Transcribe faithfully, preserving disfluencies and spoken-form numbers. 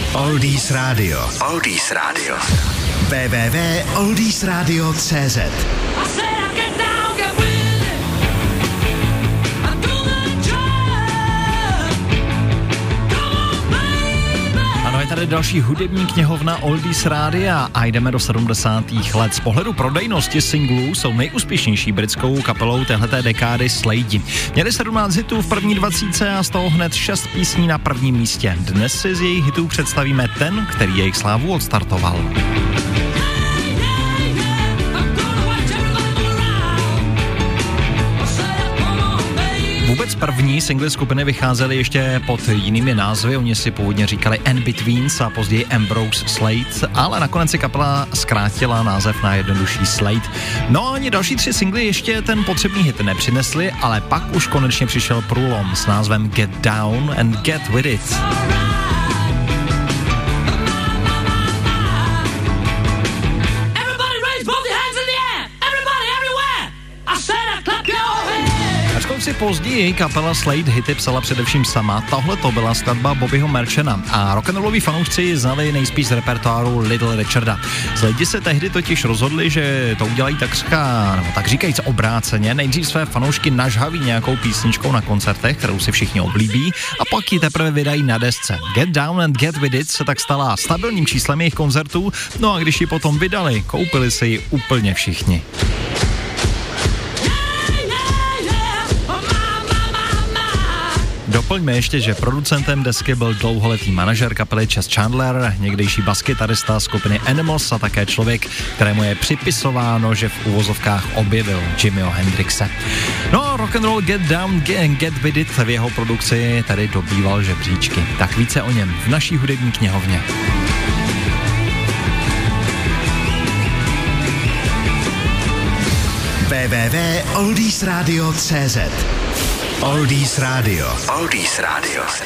Oldies Radio. Oldies Radio. w w w tečka oldies radio tečka cé zet. Ano, je tady další hudební knihovna Oldies Rádia a jdeme do sedmdesátých let. Z pohledu prodejnosti singlů jsou nejúspěšnější britskou kapelou téhleté dekády Slade. Měli sedmnáct hitů v první dvacítce a z toho hned šest písní na prvním místě. Dnes si z jejich hitů představíme ten, který jejich slávu odstartoval. Vůbec první singly skupiny vycházely ještě pod jinými názvy, oni si původně říkali In-Betweens a později Ambrose Slade, ale nakonec si kapela zkrátila název na jednodušší Slade. No a ani další tři singly ještě ten potřebný hit nepřinesli, ale pak už konečně přišel průlom s názvem Get Down and Get With It. Si později kapela Slade hity psala především sama, tohle to byla skladba Bobbyho Merchana a rock'n'rolloví fanoušci znali nejspíš z repertoáru Little Richarda. Slade se tehdy totiž rozhodli, že to udělají takřka, nebo tak říkajíc obráceně, nejdřív své fanoušky nažhaví nějakou písničkou na koncertech, kterou si všichni oblíbí, a pak ji teprve vydají na desce. Get Down and Get With It se tak stala stabilním číslem jejich koncertů, no a když ji potom vydali, koupili si ji úplně všichni. Doplňme ještě, že producentem desky byl dlouholetý manažer kapely Chas Chandler, někdejší baskytarista skupiny Animals a také člověk, kterému je připisováno, že v uvozovkách objevil Jimmyho Hendrixe. No, rock'n'roll Get Down and Get With It v jeho produkci tady dobýval žebříčky. Tak více o něm v naší hudební knihovně. w w w tečka oldies radio tečka cé zet. Oldies Radio. Oldies Radio.